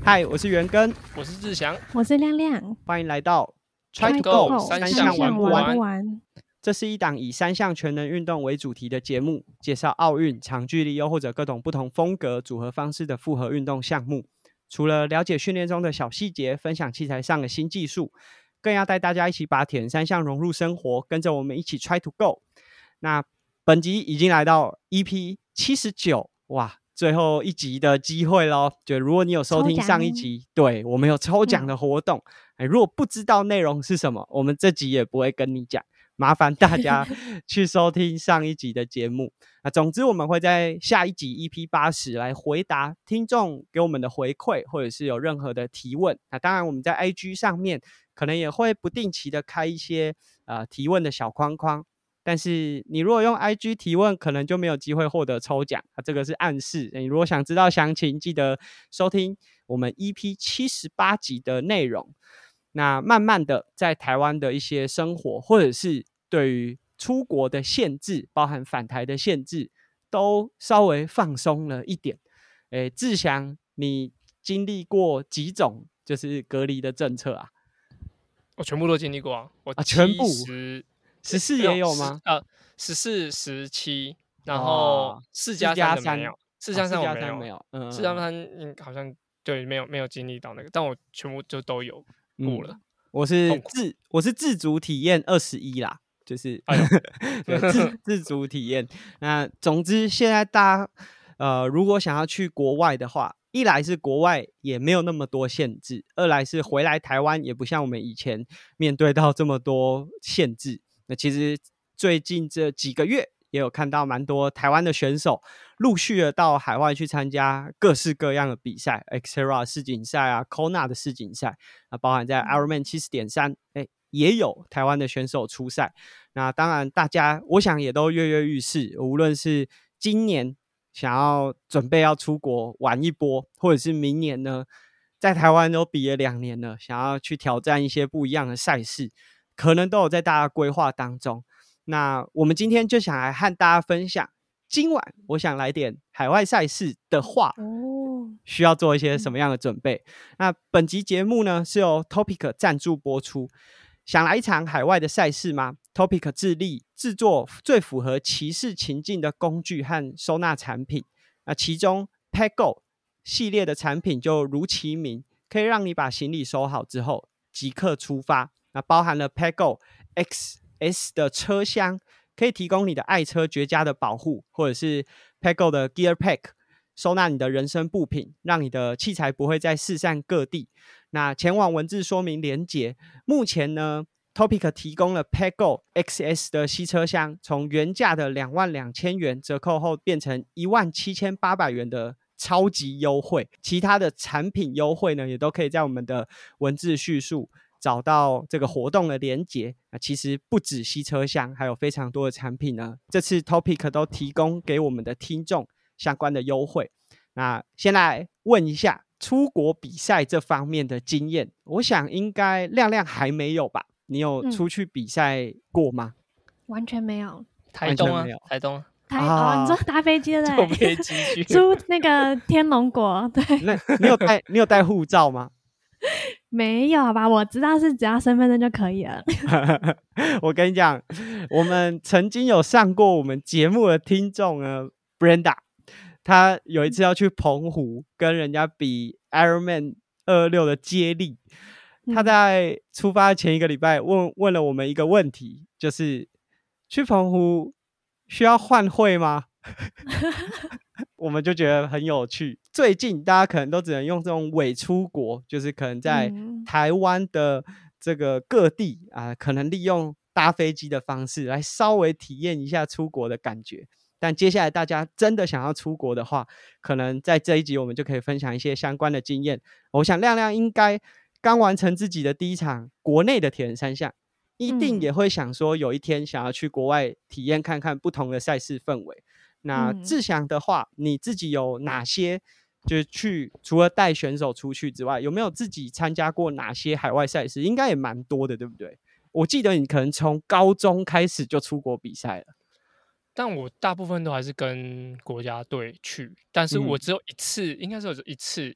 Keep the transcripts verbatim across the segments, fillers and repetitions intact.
嗨，我是元根， 我是志祥， 我是亮亮， 欢迎来到 Try to Go 三项玩不玩？ 玩这是一档以三项全能运动为主题的节目，介绍奥运、长距离又或者各种不同风格、组合方式的复合运动项目。除了了解训练中的小细节，分享器材上的新技术，更要带大家一起把铁人三项融入生活，跟着我们一起 Try to Go。那本集已经来到 E P 七十九，哇！最后一集的机会咯，就如果你有收听上一集，对，我们有抽奖的活动、嗯、如果不知道内容是什么，我们这集也不会跟你讲，麻烦大家去收听上一集的节目那总之我们会在下一集 E P 八十 来回答听众给我们的回馈，或者是有任何的提问。那当然我们在 I G 上面可能也会不定期的开一些、呃、提问的小框框，但是你如果用 I G 提问，可能就没有机会获得抽奖、啊、这个是暗示。你如果想知道详情，记得收听我们 E P 七十八集的内容。那慢慢的在台湾的一些生活，或者是对于出国的限制，包含返台的限制，都稍微放松了一点。诶，志祥，你经历过几种就是隔离的政策啊？ 我全部都经历过啊，我啊全部十四也有吗？ 呃，十四、十七，然后四加三的没有，四加三我没有， 没有，嗯， 四加三好像对没有没有经历到那个，但我全部就都有过了。嗯、 我是自我是自主体验二十一啦，就是、哎、自自主体验。那总之现在大家呃如果想要去国外的话，一来是国外也没有那么多限制，二来是回来台湾也不像我们以前面对到这么多限制。那其实最近这几个月也有看到蛮多台湾的选手陆续的到海外去参加各式各样的比赛 Xterra 世锦赛啊 Kona 的世锦赛啊，包含在 Ironman 七十点三、欸、也有台湾的选手出赛。那当然大家我想也都跃跃欲试，无论是今年想要准备要出国玩一波，或者是明年呢在台湾都比了两年了，想要去挑战一些不一样的赛事，可能都有在大家规划当中。那我们今天就想来和大家分享，今晚我想来点海外赛事的话、哦、需要做一些什么样的准备、嗯、那本集节目呢是由 Topic 赞助播出。想来一场海外的赛事吗？ Topic 致力制作最符合骑士情境的工具和收纳产品，那其中 PackGo 系列的产品就如其名，可以让你把行李收好之后即刻出发。那包含了 PackGo X S 的车厢，可以提供你的爱车绝佳的保护，或者是 PackGo 的 Gear Pack 收纳你的人身部品，让你的器材不会再四散各地。那前往文字说明连结。目前呢 Topic 提供了 PackGo X S 的吸车厢，从原价的两万两千元折扣后变成一万七千八百元的超级优惠。其他的产品优惠呢也都可以在我们的文字叙述找到这个活动的连结。其实不止吸车厢，还有非常多的产品呢，这次 Topic 都提供给我们的听众相关的优惠。那先来问一下出国比赛这方面的经验，我想应该亮亮还没有吧？你有出去比赛过吗？ 嗯、完全没有。 台东啊，台东台、啊、哦，你说搭飞机的， 坐飞机去出那个天龙国，对。 那你有带你有带护照吗？ 没有吧，我知道是只要身份证就可以了。 我跟你讲，我们曾经有上过我们节目的听众呢 Brenda， 他有一次要去澎湖跟人家比 Ironman 二二六的接力，他在出发前一个礼拜问问了我们一个问题，就是去澎湖需要换汇吗？我们就觉得很有趣。最近大家可能都只能用这种伪出国，就是可能在台湾的这个各地、嗯呃、可能利用搭飞机的方式来稍微体验一下出国的感觉。但接下来大家真的想要出国的话，可能在这一集我们就可以分享一些相关的经验。我想亮亮应该刚完成自己的第一场国内的铁人三项，一定也会想说有一天想要去国外体验看看不同的赛事氛围。那志祥的话、嗯、你自己有哪些就是去除了带选手出去之外，有没有自己参加过哪些海外赛事？应该也蛮多的对不对？我记得你可能从高中开始就出国比赛了。 但我大部分都还是跟国家队去，但是我只有一次、嗯、应该是有一次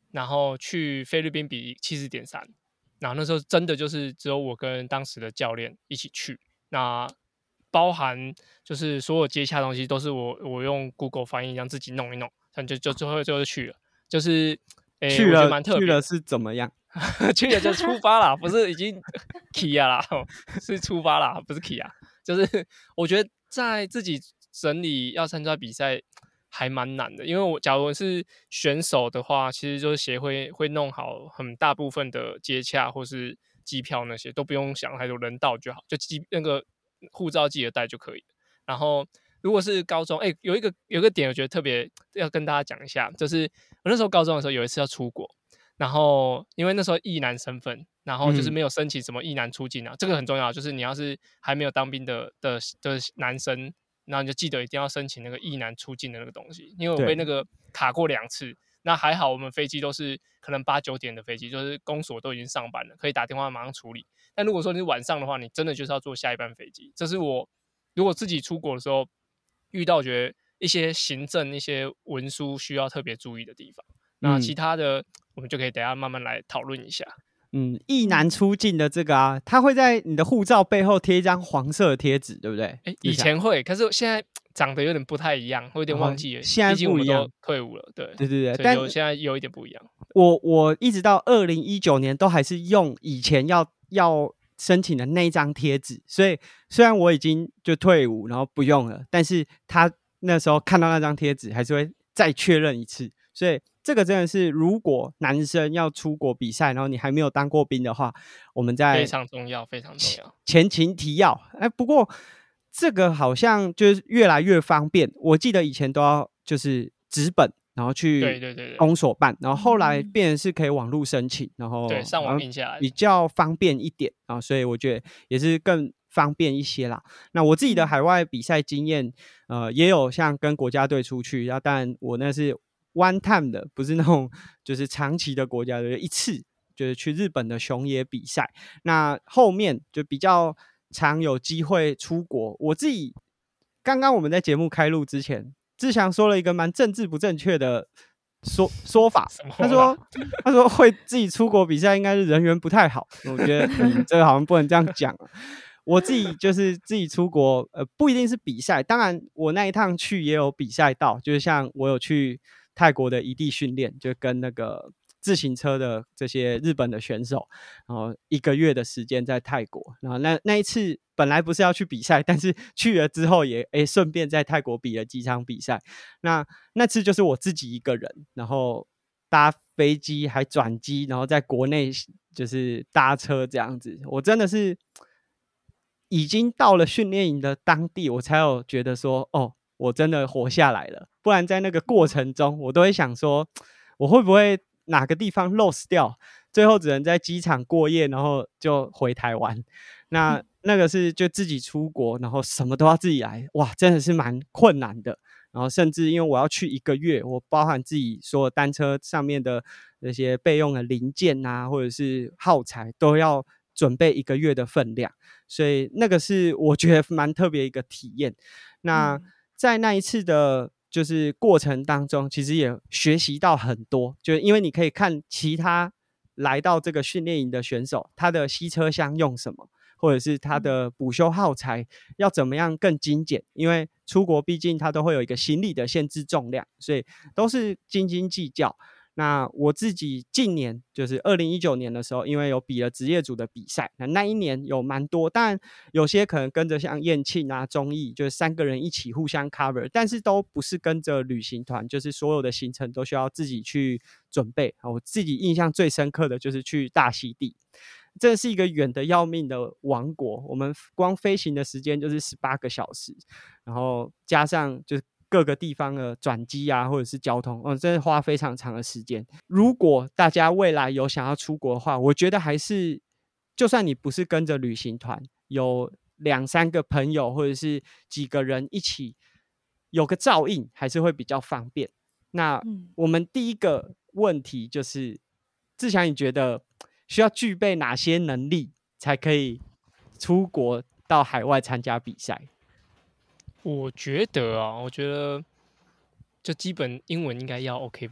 然后去菲律宾比七十点三，然后那时候真的就是只有我跟当时的教练一起去，那包含就是所有接洽的东西都是我我用 Google 翻译这样自己弄一弄，就就最后最后就去了，就是诶去了我觉得蛮特别的， 去了是怎么样？ 去了就出发啦，不是已经 Kia 啦，是出发啦，不是 Kia， 就是我觉得在自己整理要参加比赛还蛮难的，因为我假如是选手的话，其实就是协会会弄好很大部分的接洽或是机票那些都不用想太多，人到就好，就机那个护照记得带就可以。然后如果是高中，哎、欸，有一个有一个点我觉得特别要跟大家讲一下，就是我那时候高中的时候有一次要出国。然后，因为那时候役男身份，然后就是没有申请什么役男出境啊，嗯、这个很重要。就是你要是还没有当兵的的的男生，然后你就记得一定要申请那个役男出境的那个东西。因为我被那个卡过两次，那还好我们飞机都是可能八九点的飞机，就是公所都已经上班了，可以打电话马上处理。但如果说你是晚上的话，你真的就是要坐下一班飞机。这是我如果自己出国的时候遇到觉得一些行政、一些文书需要特别注意的地方。那其他的、嗯、我们就可以等一下慢慢来讨论一下。 嗯，役男出境的这个啊，他会在你的护照背后贴一张黄色的贴纸，对不对？ 欸、以前会，可是现在长得有点不太一样，我有点忘记了。 现在不一样， 退伍了，对对对对， 但现在有一点不一样。 我我一直到二零一九年都还是用以前要要申请的那一张贴纸，所以虽然我已经就退伍，然后不用了，但是他那时候看到那张贴纸，还是会再确认一次，所以。这个真的是，如果男生要出国比赛，然后你还没有当过兵的话，我们在非常重要，非常重要。 前情提要，哎，不过这个好像就是越来越方便。我记得以前都要就是纸本，然后去公所办，然后后来变成是可以网络申请，然后对上网印下来比较方便一点啊，所以我觉得也是更方便一些啦。那我自己的海外比赛经验，呃，也有像跟国家队出去，然后当然我那是。one time 的，不是那种就是长期的国家队，一次就是去日本的熊野比赛。那后面就比较常有机会出国。我自己刚刚我们在节目开录之前，志祥说了一个蛮政治不正确的说说法，他说他说会自己出国比赛应该是人缘不太好。我觉得、嗯、这个好像不能这样讲。我自己就是自己出国，呃，不一定是比赛，当然我那一趟去也有比赛到，就是像我有去。泰国的异地训练，就跟那个自行车的这些日本的选手，然后一个月的时间在泰国，然后那那一次本来不是要去比赛，但是去了之后也诶顺便在泰国比了几场比赛。那那次就是我自己一个人，然后搭飞机还转机，然后在国内就是搭车这样子。我真的是已经到了训练营的当地，我才有觉得说，哦。我真的活下来了，不然在那个过程中，我都会想说，我会不会哪个地方 lost 掉，最后只能在机场过夜，然后就回台湾。那那个是就自己出国，然后什么都要自己来，哇，真的是蛮困难的。然后甚至因为我要去一个月，我包含自己所有单车上面的那些备用的零件啊，或者是耗材，都要准备一个月的分量，所以那个是我觉得蛮特别一个体验。那、嗯在那一次的就是过程当中，其实也学习到很多，就因为你可以看其他来到这个训练营的选手，他的吸车厢用什么，或者是他的补修耗材要怎么样更精简，因为出国毕竟他都会有一个行李的限制重量，所以都是斤斤计较。那我自己近年就是二零一九年的时候，因为有比了职业组的比赛，那那一年有蛮多，但有些可能跟着像燕庆啊、综艺，就是三个人一起互相 cover， 但是都不是跟着旅行团，就是所有的行程都需要自己去准备。我自己印象最深刻的就是去大溪地，这是一个远的要命的王国，我们光飞行的时间就是十八个小时，然后加上就是各个地方的转机啊，或者是交通，哦，真的花非常长的时间。如果大家未来有想要出国的话，我觉得还是，就算你不是跟着旅行团，有两三个朋友或者是几个人一起，有个照应，还是会比较方便。那我们第一个问题就是，志祥，你觉得需要具备哪些能力才可以出国到海外参加比赛？ 我觉得啊，我觉得就基本英文应该要 OK 吧。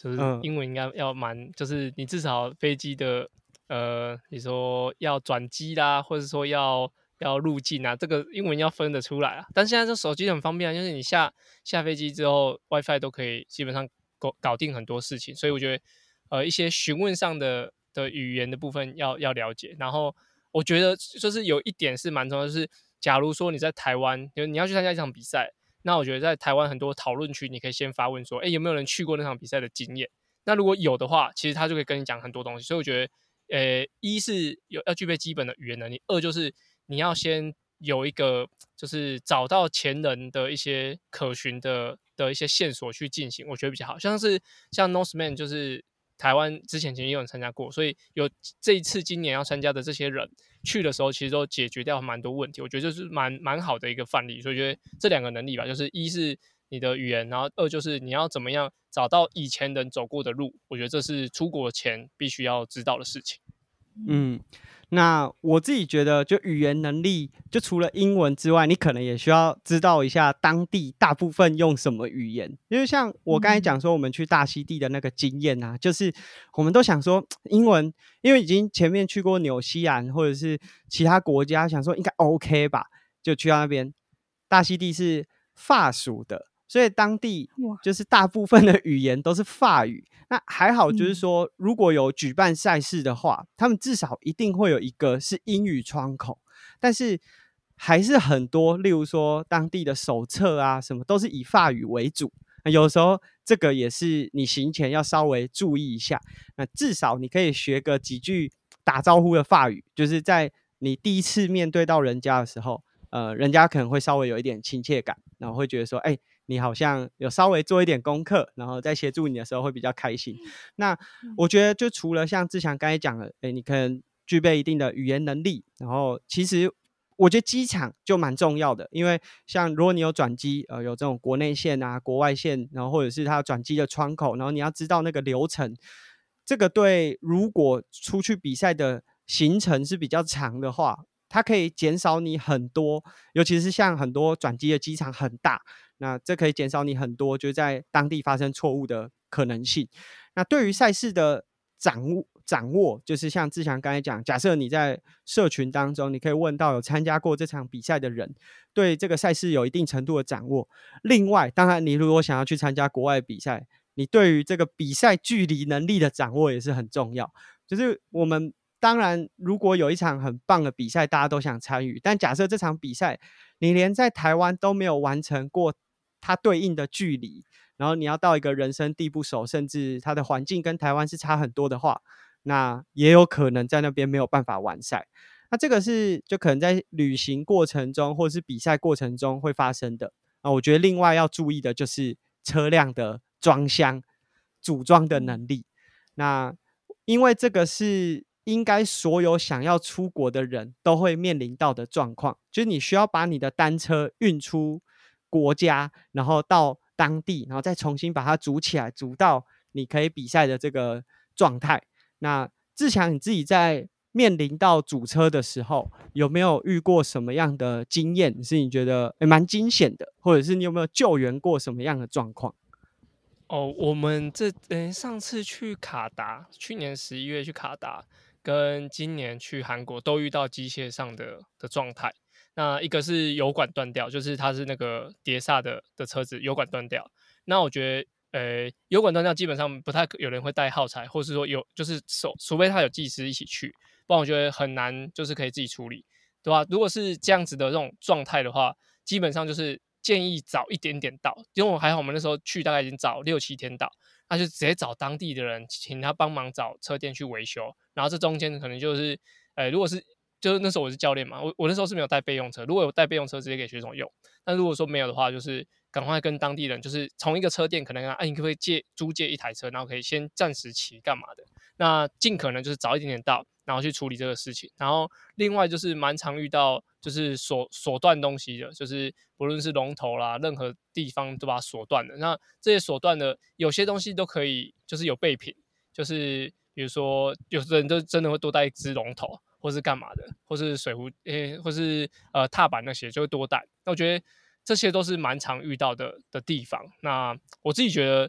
就是英文应该要蛮、嗯，就是你至少飞机的呃，你说要转机啦，或者说要要入境啊，这个英文要分得出来啊。但现在这手机很方便啊，就是你下下飞机之后 ，WiFi 都可以基本上搞搞定很多事情，所以我觉得呃一些询问上的的语言的部分要要了解。然后我觉得就是有一点是蛮重要的，就是假如说你在台湾，你要去参加一场比赛。那我觉得在台湾很多讨论区，你可以先发问说，哎，有没有人去过那场比赛的经验？那如果有的话，其实他就可以跟你讲很多东西。所以我觉得，呃，一是有要具备基本的语言能力，二就是你要先有一个就是找到前人的一些可循的的一些线索去进行，我觉得比较好。像是像 Norseman 就是台湾之前其实也有人参加过，所以有这一次今年要参加的这些人去的时候，其实都解决掉蛮多问题，我觉得这是蛮蛮好的一个范例。所以觉得这两个能力吧，就是一是你的语言，然后二就是你要怎么样找到以前人走过的路，我觉得这是出国前必须要知道的事情。 嗯，那我自己觉得，就语言能力，就除了英文之外，你可能也需要知道一下当地大部分用什么语言。因为像我刚才讲说，我们去大溪地的那个经验啊，就是我们都想说英文，因为已经前面去过纽西兰或者是其他国家，想说应该 OK 吧，就去到那边。大溪地是法属的，所以当地就是大部分的语言都是法语。那还好，就是说，如果有举办赛事的话，他们至少一定会有一个是英语窗口，但是还是很多，例如说当地的手册啊，什么都是以法语为主。那有时候这个也是你行前要稍微注意一下。那至少你可以学个几句打招呼的法语，就是在你第一次面对到人家的时候，呃，人家可能会稍微有一点亲切感，然后会觉得说，哎、欸，你好像有稍微做一点功课，然后在协助你的时候会比较开心。那我觉得就除了像志强刚才讲的，欸，你可能具备一定的语言能力，然后其实我觉得机场就蛮重要的，因为像如果你有转机，呃，有这种国内线啊、国外线，然后或者是它转机的窗口，然后你要知道那个流程，这个对如果出去比赛的行程是比较长的话，它可以减少你很多，尤其是像很多转机的机场很大，那这可以减少你很多就是在当地发生错误的可能性。那对于赛事的掌握，掌握就是像志强刚才讲，假设你在社群当中，你可以问到有参加过这场比赛的人，对这个赛事有一定程度的掌握。另外，当然你如果想要去参加国外比赛，你对于这个比赛距离能力的掌握也是很重要。就是我们当然如果有一场很棒的比赛大家都想参与，但假设这场比赛你连在台湾都没有完成过它对应的距离，然后你要到一个人生地不熟，甚至它的环境跟台湾是差很多的话，那也有可能在那边没有办法完赛。那这个是就可能在旅行过程中或是比赛过程中会发生的。那我觉得另外要注意的就是车辆的装箱组装的能力。那因为这个是应该所有想要出国的人都会面临到的状况，就是你需要把你的单车运出国家，然后到当地，然后再重新把它组起来，组到你可以比赛的这个状态。那志强你自己在面临到组车的时候，有没有遇过什么样的经验是你觉得蛮惊险的，或者是你有没有救援过什么样的状况？ 哦，我们这诶上次去卡达，去年十一月去卡达，跟今年去韩国都遇到机械上的的状态。那一个是油管断掉，就是它是那个碟刹的的车子油管断掉。那我觉得，呃，油管断掉基本上不太有人会带耗材，或是说有就是手，除非他有技师一起去，不然我觉得很难，就是可以自己处理，对吧？如果是这样子的这种状态的话，基本上就是建议早一点点到，因为我还好，我们那时候去大概已经早六七天到，那就直接找当地的人，请他帮忙找车店去维修。然后这中间可能就是，呃，如果是就是那时候我是教练嘛，我我那时候是没有带备用车，如果有带备用车，直接给学生用。但如果说没有的话，就是赶快跟当地人，就是从一个车店可能啊，哎，你可不可以借租借一台车，然后可以先暂时骑干嘛的？那尽可能就是早一点点到，然后去处理这个事情。然后另外就是蛮常遇到就是锁锁断东西的，就是不论是龙头啦，任何地方都把它锁断了。那这些锁断的有些东西都可以，就是有备品，就是比如说有的人都真的会多带一只龙头，或是干嘛的，或是水壶，诶、欸，或是呃踏板那些就会多带。那我觉得这些都是蛮常遇到的的地方。那我自己觉得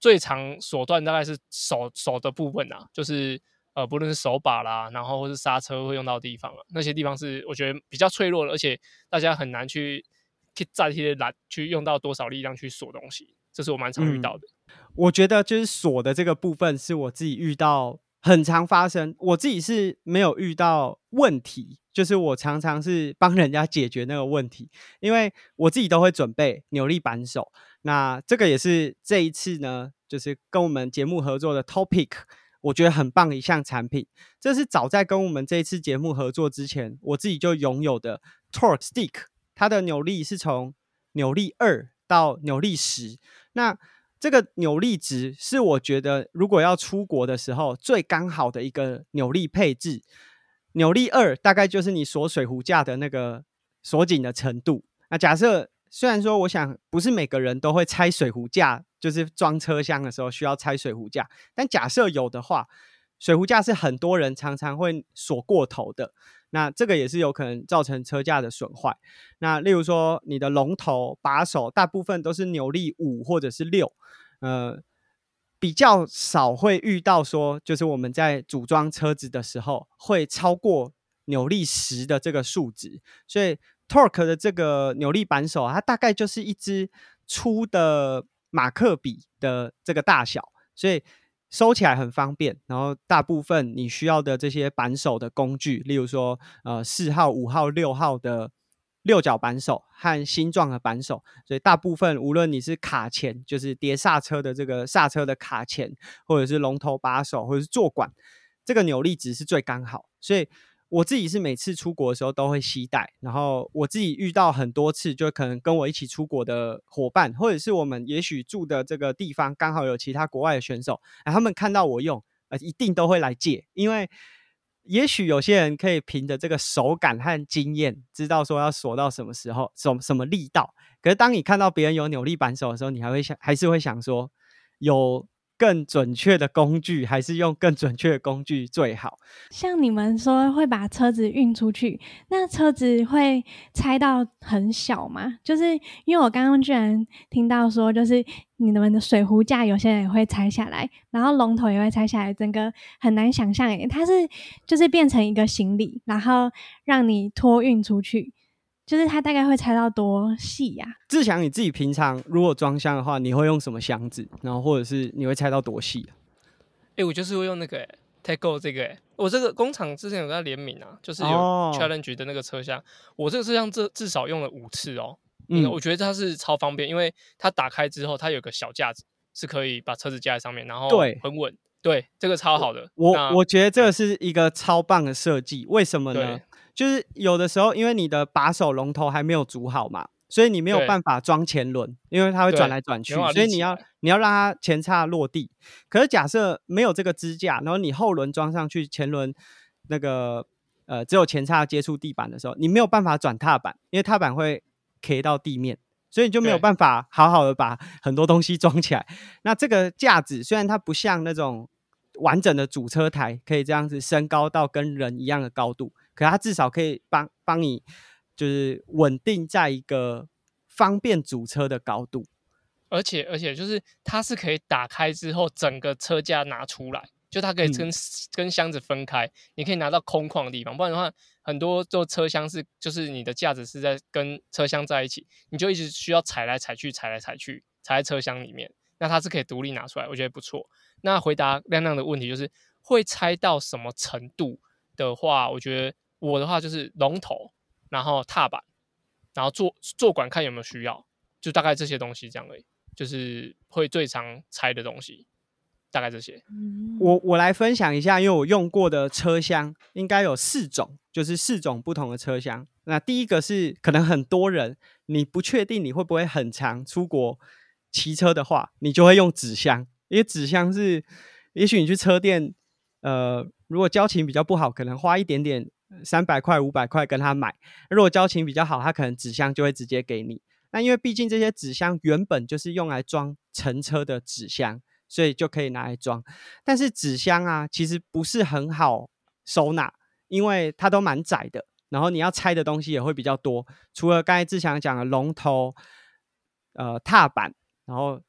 最常锁断大概是手手的部分啊，就是呃不论是手把啦，然后或是刹车会用到的地方啊，那些地方是我觉得比较脆弱的，而且大家很难去去再去懒去用到多少力量去锁东西，这是我蛮常遇到的。 嗯、我觉得就是锁的这个部分是我自己遇到很常发生，我自己是没有遇到问题，就是我常常是帮人家解决那个问题，因为我自己都会准备扭力扳手。那这个也是这一次呢，就是跟我们节目合作的 Topic， 我觉得很棒的一项产品。这是早在跟我们这一次节目合作之前，我自己就拥有的 Torque Stick， 它的扭力是从扭力二到扭力十。那这个扭力值是我觉得如果要出国的时候最刚好的一个扭力配置。扭力二大概就是你锁水壶架的那个锁紧的程度。那假设虽然说我想不是每个人都会拆水壶架，就是装车厢的时候需要拆水壶架，但假设有的话，水壶架是很多人常常会锁过头的，那这个也是有可能造成车架的损坏。那例如说你的龙头把手大部分都是扭力五或者是六，呃，比较少会遇到说就是我们在组装车子的时候会超过扭力十的这个数值。所以 Torque 的这个扭力扳手它大概就是一支粗的马克笔的这个大小，所以收起来很方便，然后大部分你需要的这些扳手的工具，例如说呃四号、五号、六号的六角扳手和星状的扳手，所以大部分无论你是卡钳，就是碟刹车的这个刹车的卡钳，或者是龙头把手，或者是座管，这个扭力值是最刚好。所以我自己是每次出国的时候都会携带，然后我自己遇到很多次，就可能跟我一起出国的伙伴，或者是我们也许住的这个地方刚好有其他国外的选手，他们看到我用、呃、一定都会来借，因为也许有些人可以凭着这个手感和经验知道说要锁到什么时候什么什么力道，可是当你看到别人有扭力扳手的时候，你还会想还是会想说有更准确的工具还是用更准确的工具最好。 像你们说会把车子运出去，那车子会拆到很小吗？就是因为我刚刚居然听到说就是你们的水壶架有些人也会拆下来，然后龙头也会拆下来，整个很难想象耶，它是就是变成一个行李，然后让你托运出去，就是它大概会拆到多细呀、啊？ 志强，你自己平常如果装箱的话，你会用什么箱子？然后或者是你会拆到多细啊？ 哎、欸，我就是会用那个、欸、Tego 这个、欸，我这个工厂之前有跟他联名啊，就是有 Challenge 的那个车厢，哦、我这个车厢至至少用了五次哦。嗯，我觉得它是超方便，因为它打开之后，它有个小架子是可以把车子架在上面，然后很稳。对，这个超好的。 我我觉得这个是一个超棒的设计，为什么呢？就是有的时候，因为你的把手龙头还没有组好嘛，所以你没有办法装前轮，因为它会转来转去，所以你要你要让它前叉落地。可是假设没有这个支架，然后你后轮装上去，前轮那个呃只有前叉接触地板的时候，你没有办法转踏板，因为踏板会 K 到地面，所以你就没有办法好好的把很多东西装起来。那这个架子虽然它不像那种完整的主车台可以这样子升高到跟人一样的高度，可它至少可以帮帮你就是稳定在一个方便主车的高度， 而且而且就是它是可以打开之后整个车架拿出来，就它可以跟、嗯、跟箱子分开，你可以拿到空旷的地方，不然的话很多做车厢是就是你的架子是在跟车厢在一起，你就一直需要踩来踩去踩来踩去踩在车厢里面，那它是可以独立拿出来，我觉得不错。那回答亮亮的问题就是会拆到什么程度的话，我觉得我的话就是龙头，然后踏板，然后坐坐管看有没有需要，就大概这些东西这样而已，就是会最常拆的东西，大概这些。 我我来分享一下，因为我用过的车厢应该有四种，就是四种不同的车厢。那第一个是可能很多人你不确定你会不会很常出国骑车的话，你就会用纸箱，因为纸箱是也许你去车店呃，如果交情比较不好，可能花一点点三百块五百块跟他买，如果交情比较好，他可能纸箱就会直接给你。那因为毕竟这些纸箱原本就是用来装乘车的纸箱，所以就可以拿来装。但是纸箱啊其实不是很好收纳，因为它都蛮窄的，然后你要拆的东西也会比较多，除了刚才志强讲的龙头呃踏板，然后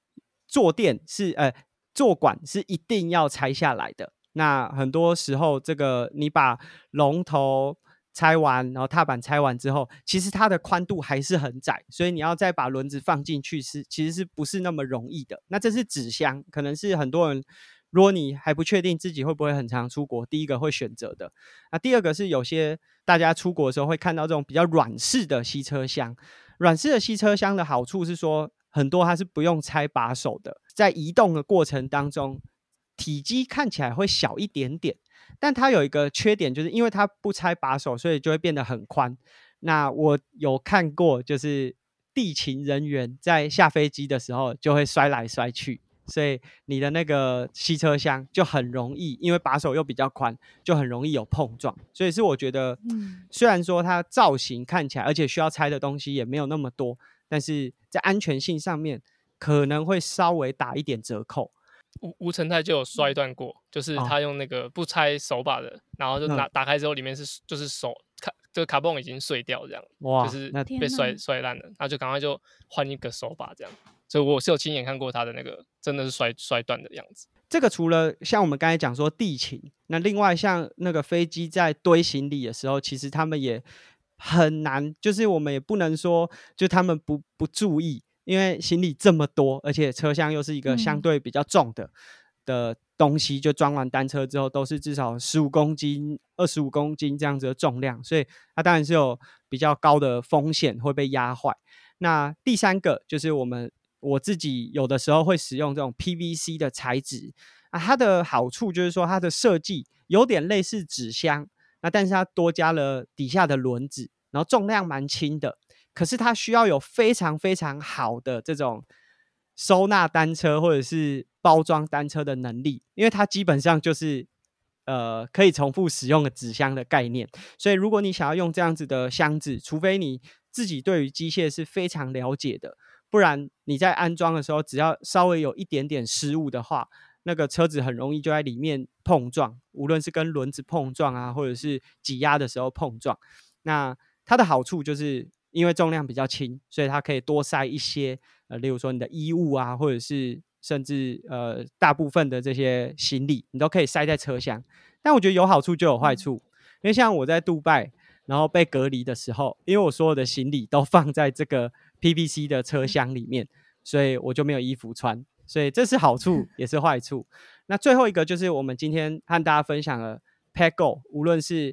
坐垫是呃坐管是一定要拆下来的。那很多时候这个你把龙头拆完，然后踏板拆完之后，其实它的宽度还是很窄，所以你要再把轮子放进去是其实是不是那么容易的。那这是纸箱，可能是很多人如果你还不确定自己会不会很常出国，第一个会选择的。那第二个是有些大家出国的时候会看到这种比较软式的吸车厢，软式的吸车厢的好处是说很多它是不用拆把手的，在移动的过程当中体积看起来会小一点点，但它有一个缺点，就是因为它不拆把手，所以就会变得很宽。那我有看过就是地勤人员在下飞机的时候就会摔来摔去，所以你的那个吸车厢就很容易，因为把手又比较宽，就很容易有碰撞。所以是我觉得虽然说它造型看起来而且需要拆的东西也没有那么多，但是在安全性上面可能会稍微打一点折扣。 吴吴承泰就有摔断过，就是他用那个不拆手把的，然后就拿、嗯、打开之后里面是就是手卡这个卡泵已经碎掉这样，哇，就是被摔摔烂了，然后就赶快就换一个手把这样。所以我是有亲眼看过他的那个真的是摔摔断的样子。 这个除了像我们刚才讲说地勤，那另外像那个飞机在堆行李的时候，其实他们也很难，就是我们也不能说就他们不不注意。因为行李这么多，而且车厢又是一个相对比较重的、嗯、的东西，就装完单车之后都是至少十五公斤、二十五公斤这样子的重量，所以它当然是有比较高的风险会被压坏。那第三个就是我们我自己有的时候会使用这种 P V C 的材质啊，它的好处就是说它的设计有点类似纸箱，那但是它多加了底下的轮子，然后重量蛮轻的。可是它需要有非常非常好的这种收纳单车或者是包装单车的能力，因为它基本上就是呃可以重复使用的纸箱的概念。所以如果你想要用这样子的箱子，除非你自己对于机械是非常了解的，不然你在安装的时候只要稍微有一点点失误的话，那个车子很容易就在里面碰撞，无论是跟轮子碰撞啊，或者是挤压的时候碰撞。那它的好处就是因为重量比较轻，所以它可以多塞一些呃，例如说你的衣物啊，或者是甚至呃大部分的这些行李，你都可以塞在车厢。但我觉得有好处就有坏处，因为像我在杜拜然后被隔离的时候，因为我所有的行李都放在这个 P V C 的车厢里面，所以我就没有衣服穿，所以这是好处也是坏处。那最后一个就是我们今天和大家分享了 PetGo， 无论是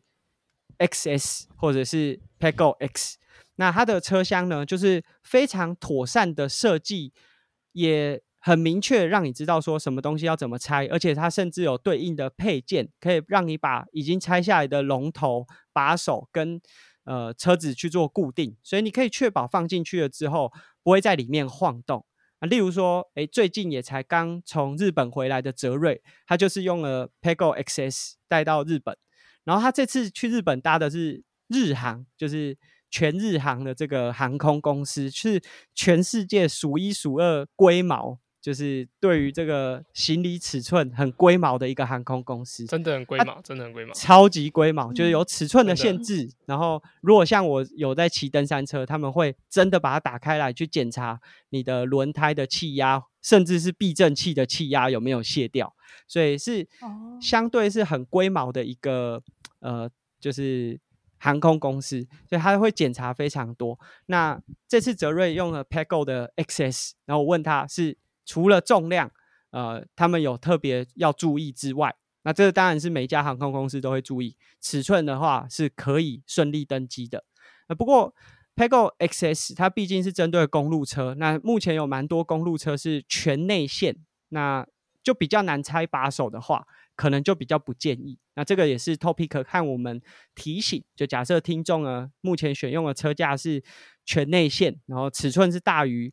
X S 或者是 PetGo X，那它的车厢呢，就是非常妥善的设计，也很明确让你知道说什么东西要怎么拆，而且它甚至有对应的配件，可以让你把已经拆下来的龙头、把手跟呃车子去做固定，所以你可以确保放进去了之后不会在里面晃动。啊、例如说，诶，最近也才刚从日本回来的泽瑞，他就是用了 PetGo X S 带到日本，然后他这次去日本搭的是日航，就是全日航的这个航空公司，是全世界数一数二龟毛，就是对于这个行李尺寸很龟毛的一个航空公司。 真的很龟毛，真的很龟毛， 超级龟毛，就是有尺寸的限制、嗯、然后如果像我有在骑登山车，他们会真的把它打开来去检查你的轮胎的气压，甚至是避震器的气压有没有卸掉，所以是相对是很龟毛的一个呃就是航空公司，所以他会检查非常多。那这次泽瑞用了 PetGo 的 X S， 然后我问他是除了重量呃他们有特别要注意之外，那这个当然是每一家航空公司都会注意，尺寸的话是可以顺利登机的。呃、不过 PetGo X S 它毕竟是针对公路车，那目前有蛮多公路车是全内线，那就比较难拆把手的话，可能就比较不建议。那这个也是 Topic 和我们提醒，就假设听众呢目前选用的车架是全内线，然后尺寸是大于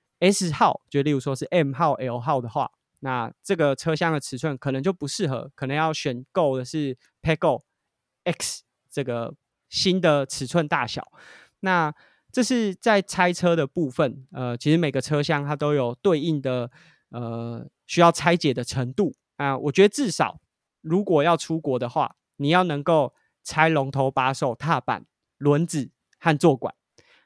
S 号，就例如说是 M 号 L 号的话，那这个车厢的尺寸可能就不适合，可能要选购的是 PetGo X 这个新的尺寸大小。那这是在拆车的部分，呃，其实每个车厢它都有对应的呃需要拆解的程度啊、呃，我觉得至少如果要出国的话，你要能够拆龙头、把手、踏板、轮子和坐管。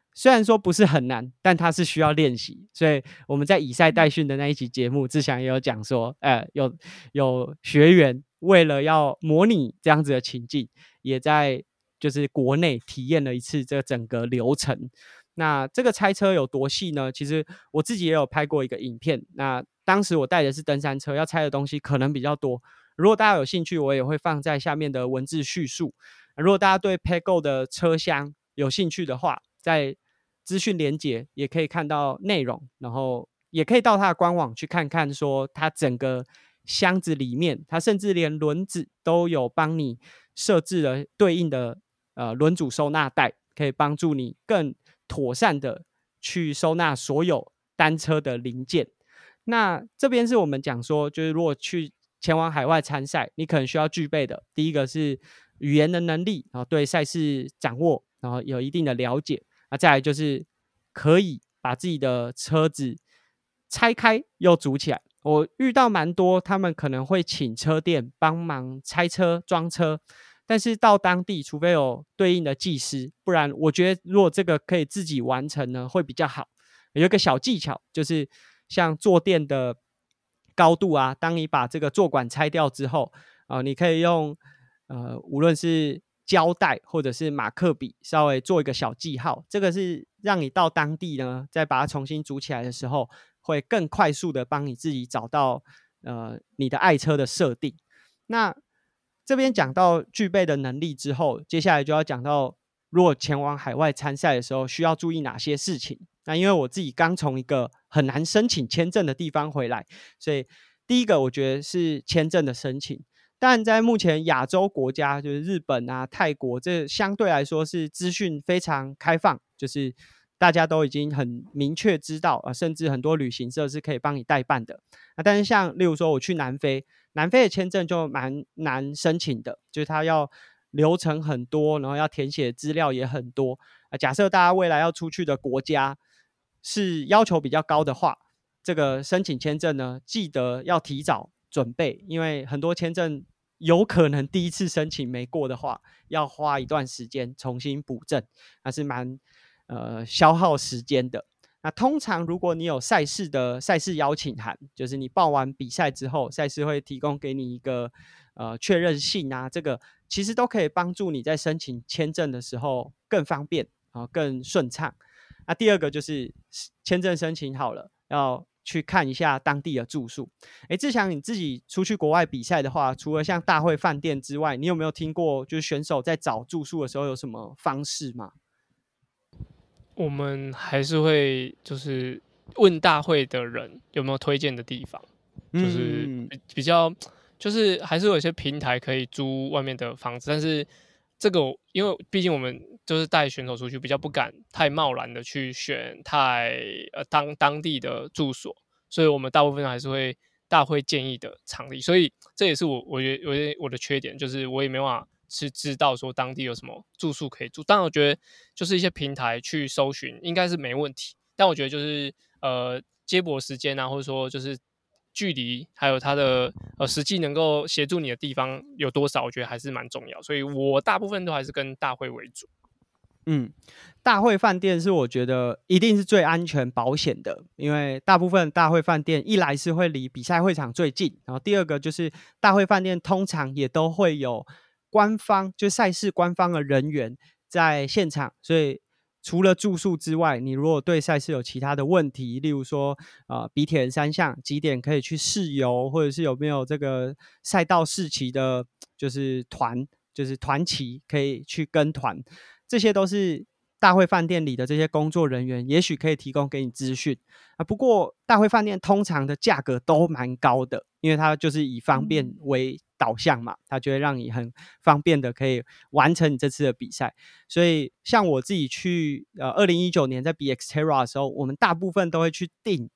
虽然说不是很难，但它是需要练习。所以我们在以赛代训的那一期节目，志祥也有讲说，呃，有有学员为了要模拟这样子的情境，也在就是国内体验了一次这整个流程。那这个拆车有多细呢？其实我自己也有拍过一个影片。那当时我带的是登山车，要拆的东西可能比较多。如果大家有兴趣，我也会放在下面的文字叙述。如果大家对 PetGo 的车厢有兴趣的话，在资讯连结也可以看到内容，然后也可以到它的官网去看看，说它整个箱子里面，它甚至连轮子都有帮你设置了对应的呃轮组收纳袋，可以帮助你更妥善的去收纳所有单车的零件。那这边是我们讲说，就是如果去前往海外参赛，你可能需要具备的，第一个是语言的能力，然后对赛事掌握，然后有一定的了解。那再来就是可以把自己的车子拆开又组起来。我遇到蛮多他们可能会请车店帮忙拆车装车，但是到当地除非有对应的技师，不然我觉得如果这个可以自己完成呢会比较好。有一个小技巧，就是像坐垫的高度啊，当你把这个坐管拆掉之后、呃、你可以用呃无论是胶带或者是马克笔稍微做一个小记号，这个是让你到当地呢再把它重新组起来的时候，会更快速的帮你自己找到呃你的爱车的设定。那这边讲到具备的能力之后，接下来就要讲到如果前往海外参赛的时候需要注意哪些事情。那因为我自己刚从一个很难申请签证的地方回来，所以第一个我觉得是签证的申请。但在目前亚洲国家，就是日本啊、泰国，这相对来说是资讯非常开放，就是大家都已经很明确知道、呃、甚至很多旅行社是可以帮你代办的。那但是像例如说我去南非，南非的签证就蛮难申请的，就是它要流程很多，然后要填写资料也很多、呃、假设大家未来要出去的国家是要求比较高的话，这个申请签证呢，记得要提早准备，因为很多签证有可能第一次申请没过的话，要花一段时间重新补证，还是蛮呃消耗时间的。那通常如果你有赛事的赛事邀请函，就是你报完比赛之后，赛事会提供给你一个呃确认信啊，这个其实都可以帮助你在申请签证的时候更方便、呃、更顺畅。那第二个就是签证申请好了，要去看一下当地的住宿。诶，志祥，你自己出去国外比赛的话，除了像大会饭店之外，你有没有听过就是选手在找住宿的时候有什么方式吗？ 我们还是会就是问大会的人有没有推荐的地方，嗯、就是比比较就是还是有一些平台可以租外面的房子，但是这个因为毕竟我们就是带选手出去，比较不敢太贸然的去选太呃当当地的住所，所以我们大部分还是会大会建议的场地，所以这也是我我觉得我的缺点，就是我也没办法是知道说当地有什么住宿可以住。当然我觉得就是一些平台去搜寻应该是没问题，但我觉得就是呃接驳时间啊，或者说就是距离还有它的呃实际能够协助你的地方有多少，我觉得还是蛮重要，所以我大部分都还是跟大会为主。 嗯，大会饭店是我觉得一定是最安全保险的，因为大部分大会饭店一来是会离比赛会场最近，然后第二个就是大会饭店通常也都会有官方就赛事官方的人员在现场，所以除了住宿之外，你如果对赛事有其他的问题，例如说呃比铁人三项几点可以去试游，或者是有没有这个赛道试骑的就是团就是团骑可以去跟团，这些都是大会饭店里的这些工作人员也许可以提供给你资讯、啊、不过大会饭店通常的价格都蛮高的，因为它就是以方便为导向嘛，它就会让你很方便的可以完成你这次的比赛。所以像我自己去呃二零一九年在比 Xterra 的时候，我们大部分都会去订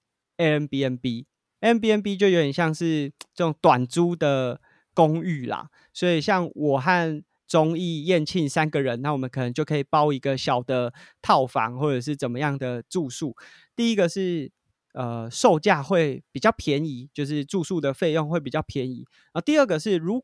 Airbnb Airbnb 就有点像是这种短租的公寓啦，所以像我和中义、燕庆三个人，那我们可能就可以包一个小的套房或者是怎么样的住宿。第一个是呃售价会比较便宜，就是住宿的费用会比较便宜。然后第二个是如果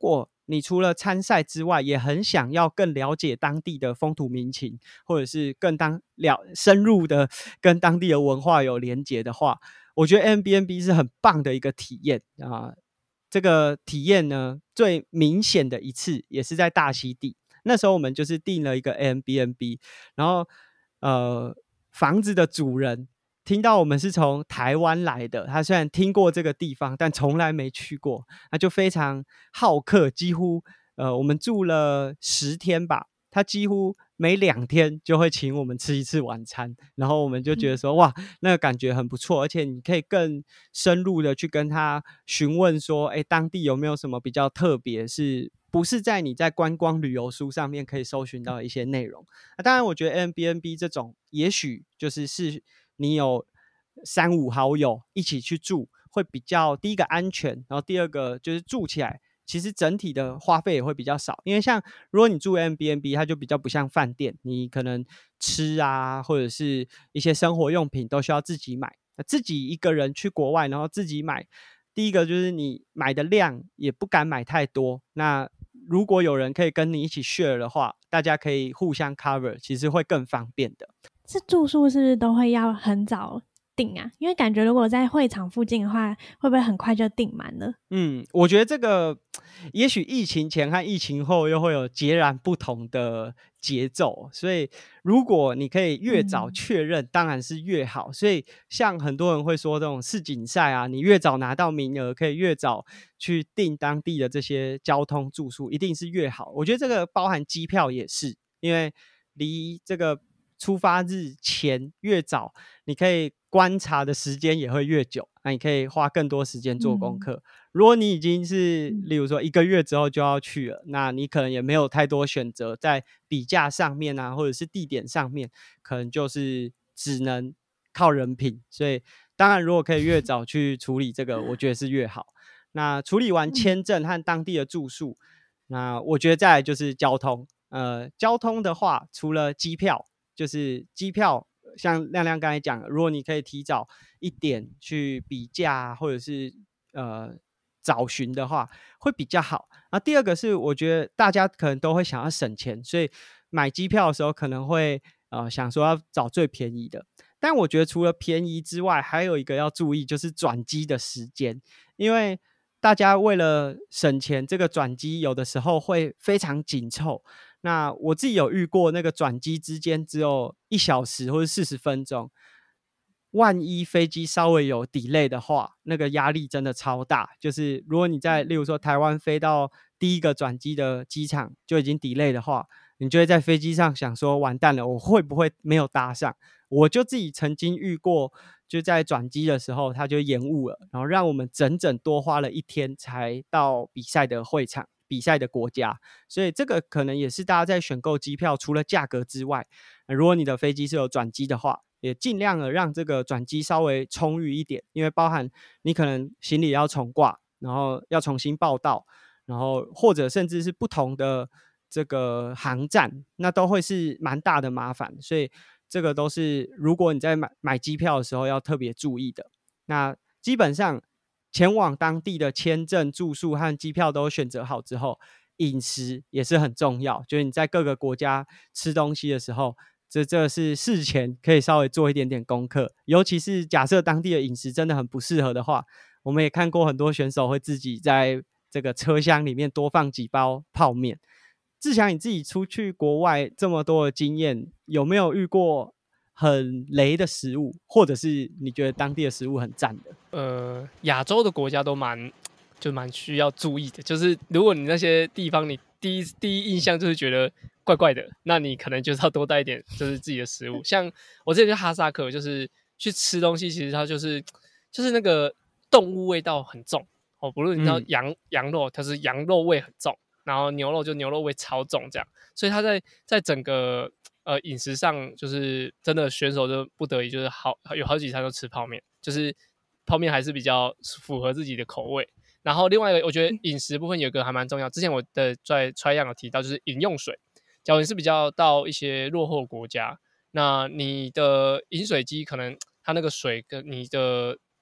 你除了参赛之外，也很想要更了解当地的风土民情，或者是更当了深入的跟当地的文化有连结的话，我觉得 Airbnb 是很棒的一个体验啊。这个体验呢，最明显的一次也是在大溪地，那时候我们就是订了一个 Airbnb， 然后呃，房子的主人听到我们是从台湾来的，他虽然听过这个地方，但从来没去过，他就非常好客，几乎呃，我们住了十天吧，他几乎每两天就会请我们吃一次晚餐，然后我们就觉得说，哇，那个感觉很不错，而且你可以更深入的去跟他询问说，哎，当地有没有什么比较特别，是不是在你在观光旅游书上面可以搜寻到的一些内容？那当然，我觉得 Airbnb 这种，也许就是是你有三五好友一起去住，会比较第一个安全，然后第二个就是住起来。其实整体的花费也会比较少，因为像如果你住 Airbnb， 它就比较不像饭店，你可能吃啊或者是一些生活用品都需要自己买。自己一个人去国外，然后自己买，第一个就是你买的量也不敢买太多。那如果有人可以跟你一起 share 的话，大家可以互相 cover， 其实会更方便的。 是住宿是不是都会要很早订啊？因为感觉如果在会场附近的话，会不会很快就订满了？ 嗯，我觉得这个也许疫情前和疫情后又会有截然不同的节奏，所以如果你可以越早确认，嗯、当然是越好。所以像很多人会说这种世锦赛啊，你越早拿到名额，可以越早去订当地的这些交通住宿，一定是越好。我觉得这个包含机票也是，因为离这个出发日前越早，你可以观察的时间也会越久，那你可以花更多时间做功课。嗯、如果你已经是例如说一个月之后就要去了，那你可能也没有太多选择，在比价上面啊，或者是地点上面，可能就是只能靠人品。所以当然如果可以越早去处理这个，我觉得是越好。那处理完签证和当地的住宿，那我觉得再来就是交通。呃，交通的话，除了机票，就是机票，像亮亮刚才讲，如果你可以提早一点去比价，或者是呃找寻的话，会比较好。然后第二个是，我觉得大家可能都会想要省钱，所以买机票的时候可能会呃想说要找最便宜的。但我觉得除了便宜之外，还有一个要注意，就是转机的时间，因为大家为了省钱，这个转机有的时候会非常紧凑。那我自己有遇过，那个转机之间只有一小时或者四十分钟，万一飞机稍微有 delay 的话，那个压力真的超大。就是如果你在例如说台湾飞到第一个转机的机场就已经 delay 的话，你就会在飞机上想说完蛋了，我会不会没有搭上？我就自己曾经遇过，就在转机的时候它就延误了，然后让我们整整多花了一天才到比赛的会场，比赛的国家。所以这个可能也是大家在选购机票除了价格之外，如果你的飞机是有转机的话，也尽量的让这个转机稍微充裕一点，因为包含你可能行李要重挂，然后要重新报到，然后或者甚至是不同的这个航站，那都会是蛮大的麻烦。所以这个都是如果你在买买机票的时候要特别注意的。那基本上前往当地的签证、住宿和机票都选择好之后，饮食也是很重要。就是你在各个国家吃东西的时候，这这是事前可以稍微做一点点功课。尤其是假设当地的饮食真的很不适合的话，我们也看过很多选手会自己在这个车厢里面多放几包泡面。志强，你自己出去国外这么多的经验，有没有遇过很雷的食物，或者是你觉得当地的食物很赞的？ 呃，亚洲的国家都蛮就蛮需要注意的，就是如果你那些地方你第一第一印象就是觉得怪怪的，那你可能就是要多带一点就是自己的食物。像我之前去哈萨克，就是去吃东西，其实它就是就是那个动物味道很重哦，不论你知道羊、嗯、羊肉，它是羊肉味很重。然后牛肉就牛肉味超重这样，所以他在在整个呃饮食上，就是真的选手就不得已就是好有好几餐都吃泡面，就是泡面还是比较符合自己的口味。然后另外一个，我觉得饮食部分有一个还蛮重要，之前我的在 try 样有提到，就是饮用水。假如你是比较到一些落后国家，那你的饮水机可能它那个水跟你的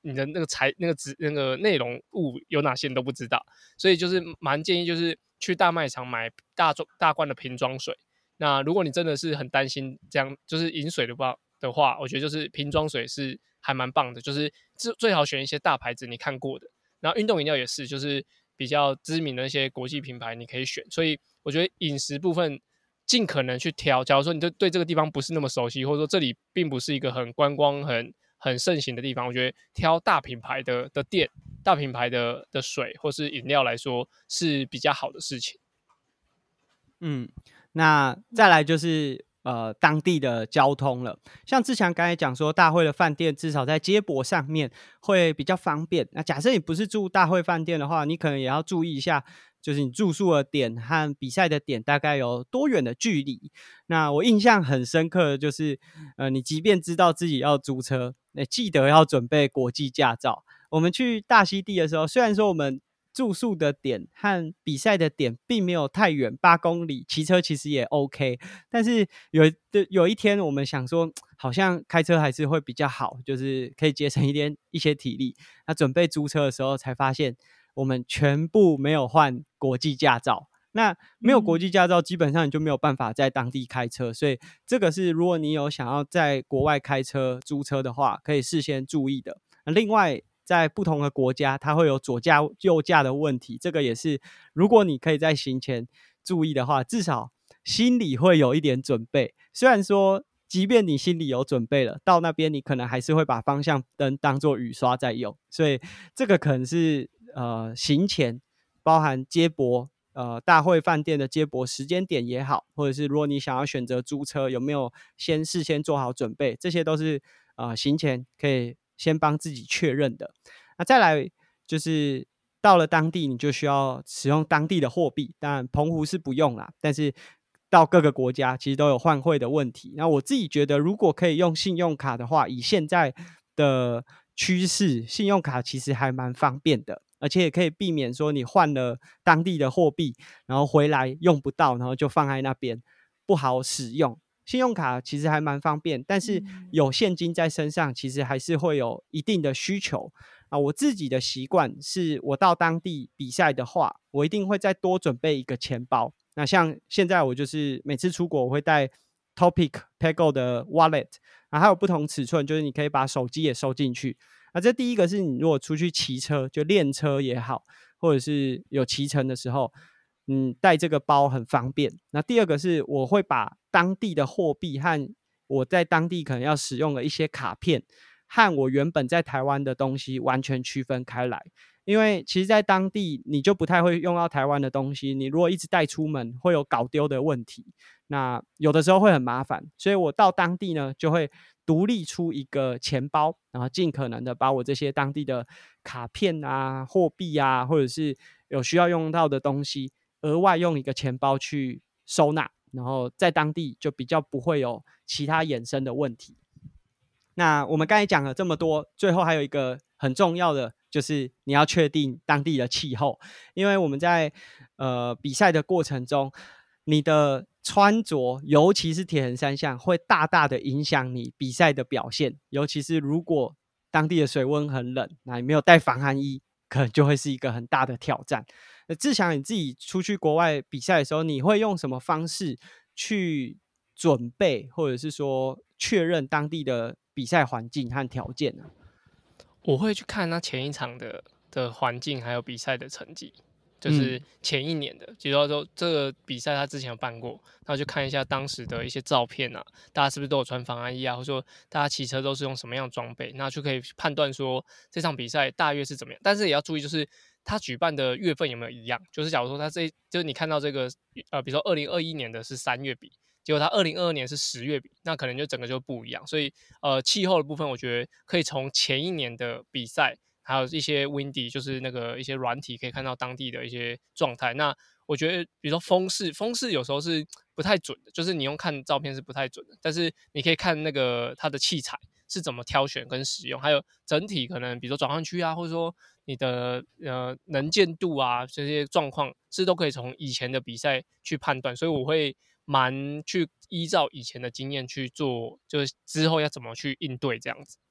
你的那个材那个纸那个内容物有哪些你都不知道，所以就是蛮建议就是去大卖场买大大罐的瓶装水。那如果你真的是很担心这样就是饮水的话的话，我觉得就是瓶装水是还蛮棒的，就是最好选一些大牌子你看过的。然后运动饮料也是，就是比较知名的一些国际品牌你可以选。所以我觉得饮食部分尽可能去挑，假如说你对对这个地方不是那么熟悉，或者说这里并不是一个很观光很很盛行的地方，我觉得挑大品牌的的店、大品牌的的水或是饮料来说是比较好的事情。 嗯，那再来就是呃当地的交通了。像志强刚才讲说，大会的饭店至少在接驳上面会比较方便。那假设你不是住大会饭店的话，你可能也要注意一下，就是你住宿的点和比赛的点大概有多远的距离。那我印象很深刻的就是，呃，你即便知道自己要租车，欸，记得要准备国际驾照。我们去大溪地的时候，虽然说我们住宿的点和比赛的点并没有太远，八公里，骑车其实也 OK。但是有有一天，我们想说，好像开车还是会比较好，就是可以节省一点一些体力。那准备租车的时候，才发现我们全部没有换国际驾照。那没有国际驾照，基本上你就没有办法在当地开车。所以这个是如果你有想要在国外开车租车的话，可以事先注意的。另外，在不同的国家它会有左驾右驾的问题，这个也是如果你可以在行前注意的话，至少心里会有一点准备。虽然说即便你心里有准备了，到那边你可能还是会把方向灯当作雨刷在用。所以这个可能是呃行前包含接驳呃大会饭店的接驳时间点也好，或者是如果你想要选择租车，有没有先事先做好准备，这些都是呃行前可以先帮自己确认的。那再来就是到了当地，你就需要使用当地的货币，当然澎湖是不用啦，但是到各个国家其实都有换汇的问题。那我自己觉得，如果可以用信用卡的话，以现在的趋势，信用卡其实还蛮方便的，而且也可以避免说你换了当地的货币，然后回来用不到，然后就放在那边不好使用。信用卡其实还蛮方便，但是有现金在身上，其实还是会有一定的需求啊。我自己的习惯是，我到当地比赛的话，我一定会再多准备一个钱包。那像现在我就是每次出国，我会带 Topic、Pago 的 Wallet， 啊，还有不同尺寸，就是你可以把手机也收进去。啊，这第一个是你如果出去骑车，就练车也好，或者是有骑乘的时候，嗯，带这个包很方便。那第二个是我会把当地的货币和我在当地可能要使用的一些卡片和我原本在台湾的东西完全区分开来。因为其实在当地你就不太会用到台湾的东西，你如果一直带出门会有搞丢的问题，那有的时候会很麻烦。所以我到当地呢就会独立出一个钱包，然后尽可能的把我这些当地的卡片啊、货币啊，或者是有需要用到的东西额外用一个钱包去收纳，然后在当地就比较不会有其他衍生的问题。那我们刚才讲了这么多，最后还有一个很重要的，就是你要确定当地的气候。因为我们在呃比赛的过程中，你的穿着尤其是铁人三项会大大的影响你比赛的表现。尤其是如果当地的水温很冷，那你没有带防寒衣，可能就会是一个很大的挑战。那志强你自己出去国外比赛的时候，你会用什么方式去准备，或者是说确认当地的比赛环境和条件呢？ 我会去看他前一场的的环境，还有比赛的成绩，就是前一年的。比如说这个比赛他之前有办过，然后就看一下当时的一些照片啊，大家是不是都有穿防寒衣啊，或者说大家骑车都是用什么样的装备，那就可以判断说这场比赛大约是怎么样。但是也要注意，就是他举办的月份有没有一样。就是假如说他这就是你看到这个呃，比如说二零二一年的是三月比，结果他二零二二年是十月比，那可能就整个就不一样。所以呃，气候的部分，我觉得可以从前一年的比赛，还有一些 windy， 就是那个一些软体，可以看到当地的一些状态。那我觉得，比如说风势，风势有时候是不太准的，就是你用看照片是不太准的，但是你可以看那个它的器材是怎么挑选跟使用，还有整体可能比如说转换区啊，或者说你的呃能见度啊，这些状况是都可以从以前的比赛去判断。所以我会蛮去依照以前的经验去做，就是之后要怎么去应对这样子。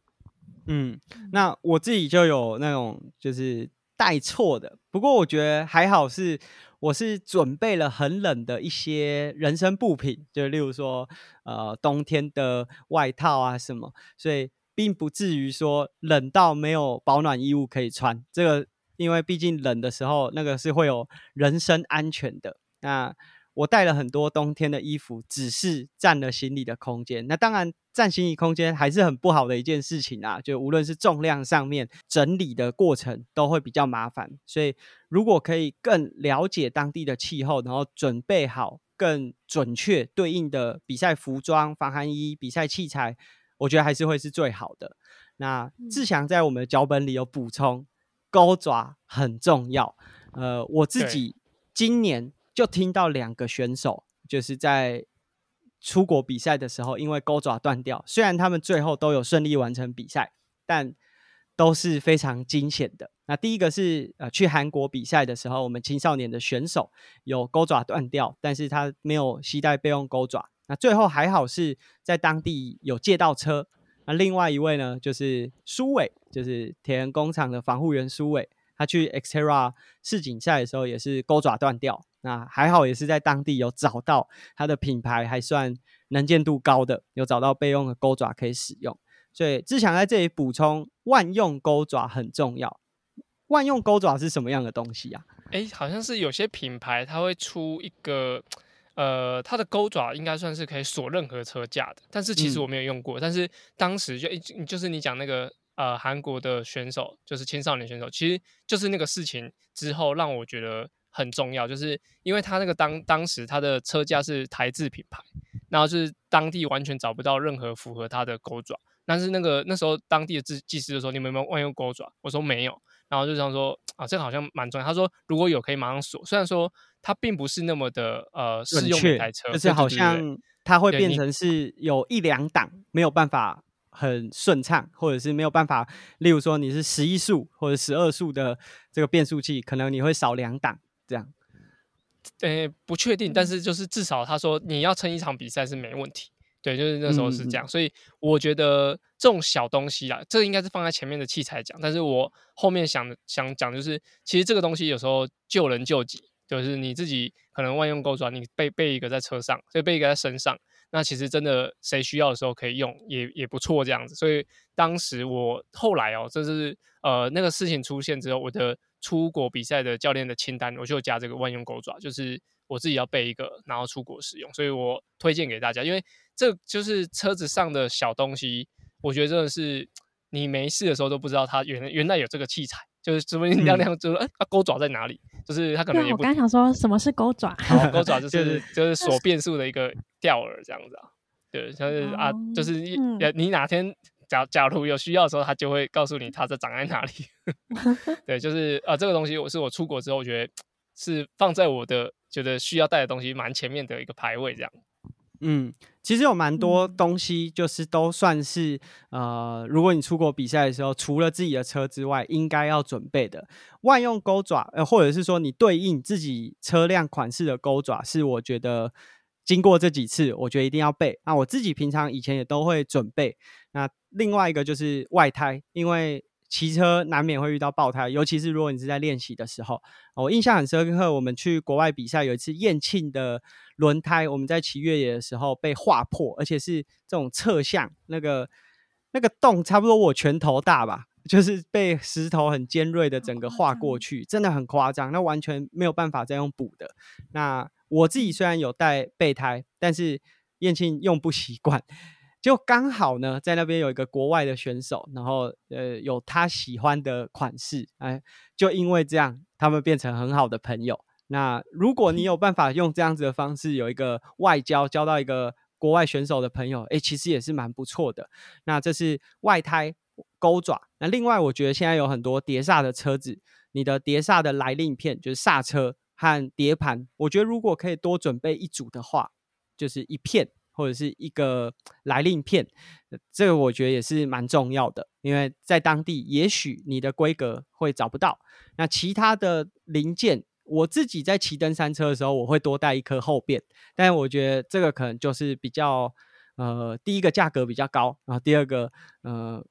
嗯，那我自己就有那种就是带错的，不过我觉得还好是我是准备了很冷的一些人身部品，就例如说呃冬天的外套啊什么，所以并不至于说冷到没有保暖衣物可以穿。这个因为毕竟冷的时候那个是会有人身安全的。那我带了很多冬天的衣服，只是占了行李的空间。那当然，占行李空间还是很不好的一件事情啊。就无论是重量上面整理的过程都会比较麻烦。所以，如果可以更了解当地的气候，然后准备好更准确对应的比赛服装、防寒衣、比赛器材，我觉得还是会是最好的。那志祥在我们的脚本里有补充，钩爪很重要。呃，我自己今年就听到两个选手就是在出国比赛的时候因为钩爪断掉，虽然他们最后都有顺利完成比赛，但都是非常惊险的。那第一个是、呃、去韩国比赛的时候，我们青少年的选手有钩爪断掉，但是他没有携带备用钩爪，那最后还好是在当地有借到车。那另外一位呢就是苏伟，就是铁人工厂的防护员苏伟，他去 Xterra 世锦赛的时候也是钩爪断掉，那还好也是在当地有找到他的品牌还算能见度高的，有找到备用的钩爪可以使用。所以志强在这里补充，万用钩爪很重要。万用钩爪是什么样的东西啊？ 哎，好像是有些品牌它会出一个呃，它的钩爪应该算是可以锁任何车架的，但是其实我没有用过。嗯、但是当时就就是你讲那个呃韩国的选手，就是青少年选手，其实就是那个事情之后让我觉得很重要，就是因为他那个当当时他的车架是台制品牌，然后就是当地完全找不到任何符合他的钩爪。但是那个那时候当地的技师就说：“你们有没有万用钩爪？”我说没有。然后就想说啊，这个好像蛮重要。他说如果有可以马上锁，虽然说它并不是那么的呃适用每台车， 就是好像它会变成是有一两档没有办法很顺畅，或者是没有办法，例如说你是十一速或者十二速的这个变速器，可能你会少两档这样。 呃，不确定，但是就是至少他说你要撑一场比赛是没问题。对，就是那时候是这样，嗯、所以我觉得这种小东西啦，这个应该是放在前面的器材讲，但是我后面想想讲就是，其实这个东西有时候救人救己，就是你自己可能万用钩爪，你备备一个在车上，所以备一个在身上，那其实真的谁需要的时候可以用，也也不错这样子。所以当时我后来哦，这是呃那个事情出现之后，我的出国比赛的教练的清单，我就加这个万用钩爪，就是我自己要备一个，然后出国使用，所以我推荐给大家，因为这就是车子上的小东西，我觉得真的是你没事的时候都不知道它原原来有这个器材，就是怎么亮亮就说哎，它钩爪在哪里？就是它可能也不。 我刚想说什么是钩爪？ 好，钩爪就是就是锁变速的一个吊耳这样子啊，对，就是啊，就是你、嗯、你哪天假假如有需要的时候，它就会告诉你它在长在哪里。对，就是啊，这个东西我是我出国之后，我觉得是放在我的觉得需要带的东西蛮前面的一个排位这样。 嗯，其实有蛮多东西，就是都算是、嗯、呃，如果你出国比赛的时候，除了自己的车之外，应该要准备的万用钩爪，呃，或者是说你对应自己车辆款式的钩爪，是我觉得经过这几次，我觉得一定要备。那我自己平常以前也都会准备。那另外一个就是外胎，因为骑车难免会遇到爆胎，尤其是如果你是在练习的时候。我印象很深刻，我们去国外比赛有一次燕庆的轮胎，我们在骑越野的时候被划破，而且是这种侧向，那个那个洞差不多我拳头大吧，就是被石头很尖锐的整个划过去，真的很夸张，那完全没有办法再用补的。那我自己虽然有带备胎，但是燕庆用不习惯，就刚好呢，在那边有一个国外的选手，然后呃有他喜欢的款式，哎，就因为这样，他们变成很好的朋友。那如果你有办法用这样子的方式，有一个外交交到一个国外选手的朋友，哎，其实也是蛮不错的。那这是外胎钩爪。那另外，我觉得现在有很多碟刹的车子，你的碟刹的来令片就是刹车和碟盘，我觉得如果可以多准备一组的话，就是一片。或者是一个来令片，这个我觉得也是蛮重要的，因为在当地也许你的规格会找不到。那其他的零件，我自己在骑登山车的时候，我会多带一颗后便，但我觉得这个可能就是比较呃，第一个价格比较高，然后第二个呃，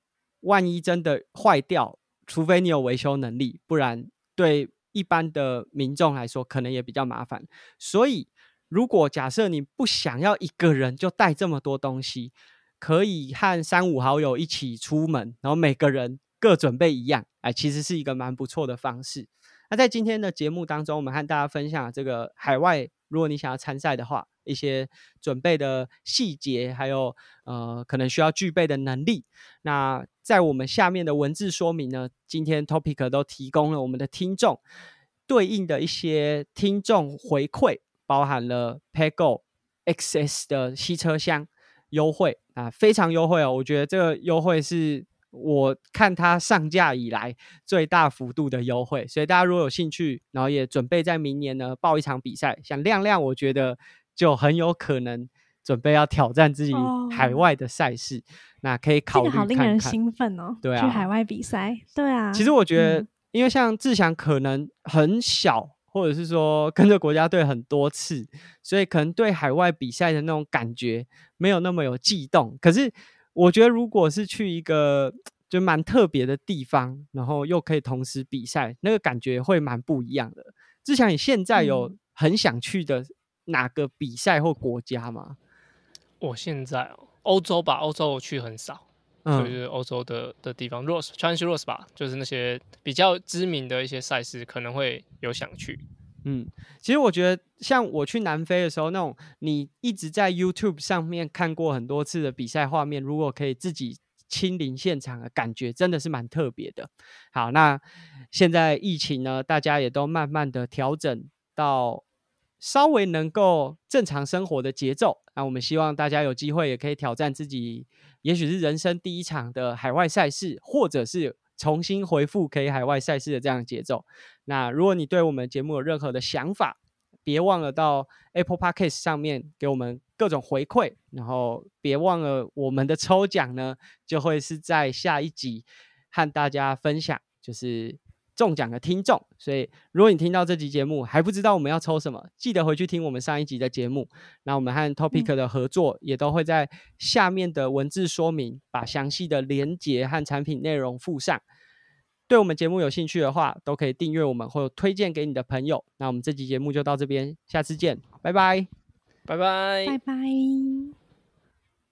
万一真的坏掉，除非你有维修能力，不然对一般的民众来说可能也比较麻烦。所以如果假设你不想要一个人就带这么多东西，可以和三五好友一起出门，然后每个人各准备一样，哎，其实是一个蛮不错的方式。那在今天的节目当中，我们和大家分享这个海外，如果你想要参赛的话，一些准备的细节，还有呃可能需要具备的能力。那在我们下面的文字说明呢，今天 Topic 都提供了我们的听众对应的一些听众回馈，包含了 PayGo X S 的吸车厢优惠啊，非常优惠哦！我觉得这个优惠是我看它上架以来最大幅度的优惠，所以大家如果有兴趣，然后也准备在明年呢报一场比赛，想亮亮，我觉得就很有可能准备要挑战自己海外的赛事，哦、那可以考虑看看。 这个好令人兴奋哦！ 对啊， 去海外比赛，对啊。 其实我觉得， 嗯、 因为像志祥可能很小。或者是说跟着国家队很多次，所以可能对海外比赛的那种感觉没有那么有悸动。可是我觉得如果是去一个就蛮特别的地方，然后又可以同时比赛，那个感觉会蛮不一样的。志祥，你现在有很想去的哪个比赛或国家吗？ 我现在欧洲吧，欧洲我去很少。 嗯、 就是欧洲的的地方 ，Rose Challenge Rose 吧，就是那些比较知名的一些赛事，可能会有想去。 嗯，其实我觉得像我去南非的时候，那种你一直在 YouTube 上面看过很多次的比赛画面，如果可以自己亲临现场的感觉，真的是蛮特别的。好，那现在疫情呢，大家也都慢慢的调整到稍微能够正常生活的节奏。那我们希望大家有机会也可以挑战自己，也许是人生第一场的海外赛事，或者是重新回复可以海外赛事的这样的节奏。那如果你对我们节目有任何的想法，别忘了到 Apple Podcast 上面给我们各种回馈，然后别忘了我们的抽奖呢，就会是在下一集和大家分享，就是中奖的听众。所以如果你听到这集节目还不知道我们要抽什么，记得回去听我们上一集的节目。那我们和 Topic 的合作也都会在下面的文字说明把详细的连结和产品内容附上。对我们节目有兴趣的话，都可以订阅我们或推荐给你的朋友。那我们这集节目就到这边，下次见，拜拜， 拜拜， 拜拜。